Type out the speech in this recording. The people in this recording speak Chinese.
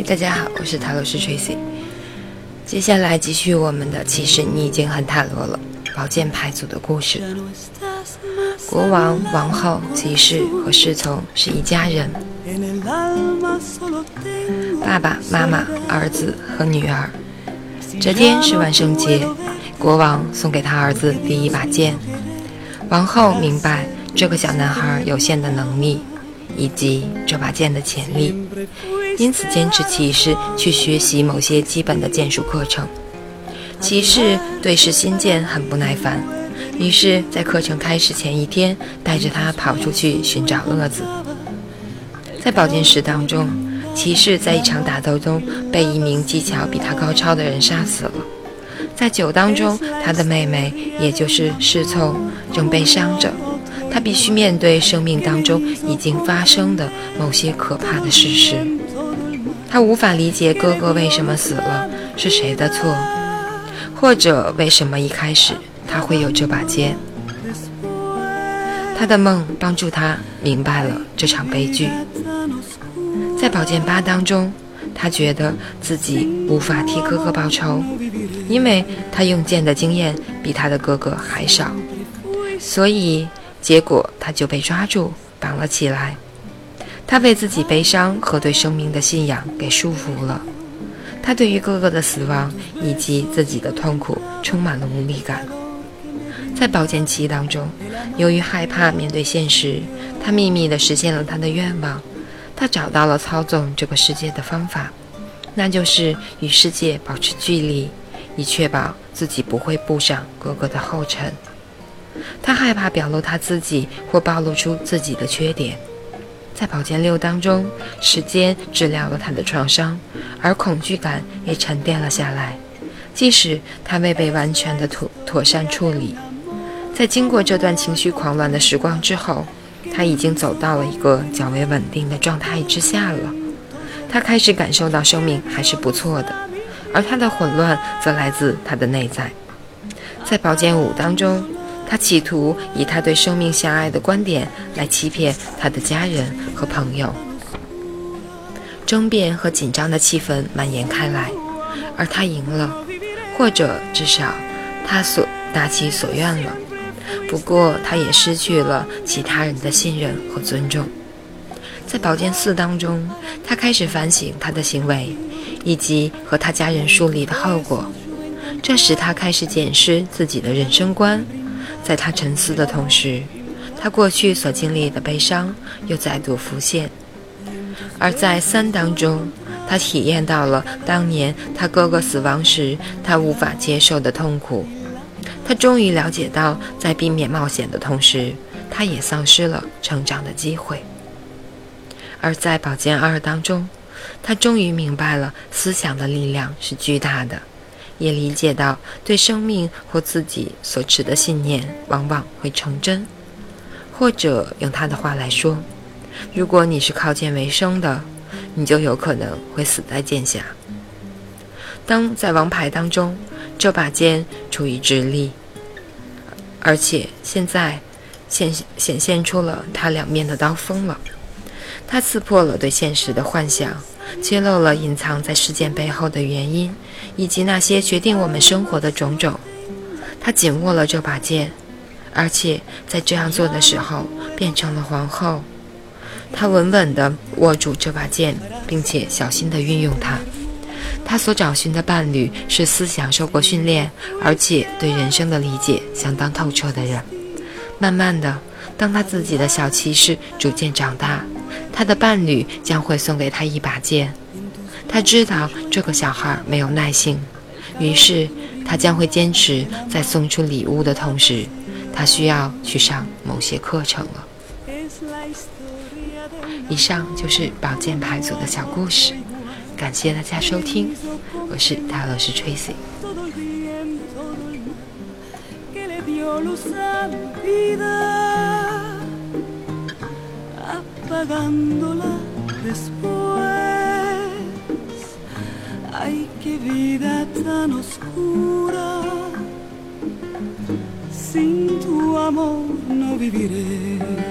大家好，我是塔罗师 Tracy。接下来继续我们的其实你已经很塔罗了宝剑牌组的故事。国王、王后、骑士和侍从是一家人，爸爸妈妈、儿子和女儿。这天是万圣节，国王送给他儿子第一把剑。王后明白这个小男孩有限的能力以及这把剑的潜力，因此坚持骑士去学习某些基本的剑术课程。骑士对试新剑很不耐烦，于是在课程开始前一天带着他跑出去寻找乐子。在宝剑十当中，骑士在一场打斗中被一名技巧比他高超的人杀死了。在9当中，他的妹妹也就是侍从正被伤着，他必须面对生命当中已经发生的某些可怕的事实。他无法理解哥哥为什么死了，是谁的错，或者为什么一开始他会有这把剑。他的梦帮助他明白了这场悲剧。在宝剑8当中，他觉得自己无法替哥哥报仇，因为他用剑的经验比他的哥哥还少，所以结果他就被抓住绑了起来。他被自己悲伤和对生命的信仰给束缚了。他对于哥哥的死亡以及自己的痛苦充满了无力感。在宝剑7当中，由于害怕面对现实，他秘密地实现了他的愿望。他找到了操纵这个世界的方法，那就是与世界保持距离，以确保自己不会步上哥哥的后尘。他害怕表露他自己或暴露出自己的缺点。在宝剑6当中，时间治疗了他的创伤，而恐惧感也沉淀了下来，即使他未被完全的妥善处理。在经过这段情绪狂乱的时光之后，他已经走到了一个较为稳定的状态之下了。他开始感受到生命还是不错的，而他的混乱则来自他的内在。在宝剑5当中，他企图以他对生命狭隘的观点来欺骗他的家人和朋友。争辩和紧张的气氛蔓延开来，而他赢了，或者至少他达其所愿了。不过他也失去了其他人的信任和尊重。在宝剑4当中，他开始反省他的行为以及和他家人树立的后果，这使他开始检视自己的人生观。在他沉思的同时，他过去所经历的悲伤又再度浮现。而在3当中，他体验到了当年他哥哥死亡时他无法接受的痛苦。他终于了解到，在避免冒险的同时，他也丧失了成长的机会。而在宝剑2当中，他终于明白了思想的力量是巨大的，也理解到对生命或自己所持的信念往往会成真。或者用他的话来说，如果你是靠剑为生的，你就有可能会死在剑下。当在王牌当中，这把剑处于直立，而且现在显现出了它两面的刀锋了。它刺破了对现实的幻想，揭露了隐藏在事件背后的原因，以及那些决定我们生活的种种。它紧握了这把剑，而且在这样做的时候变成了皇后。她稳稳地握住这把剑，并且小心地运用它。他所找寻的伴侣是思想受过训练，而且对人生的理解相当透彻的人。慢慢的，当他自己的小骑士逐渐长大，他的伴侣将会送给他一把剑。他知道这个小孩没有耐性，于是他将会坚持在送出礼物的同时，他需要去上某些课程了。以上就是宝剑牌组的小故事，感谢大家收听，我是塔罗师 Tracy。 Ay, qué vida tan oscura, sin tu amor no viviré.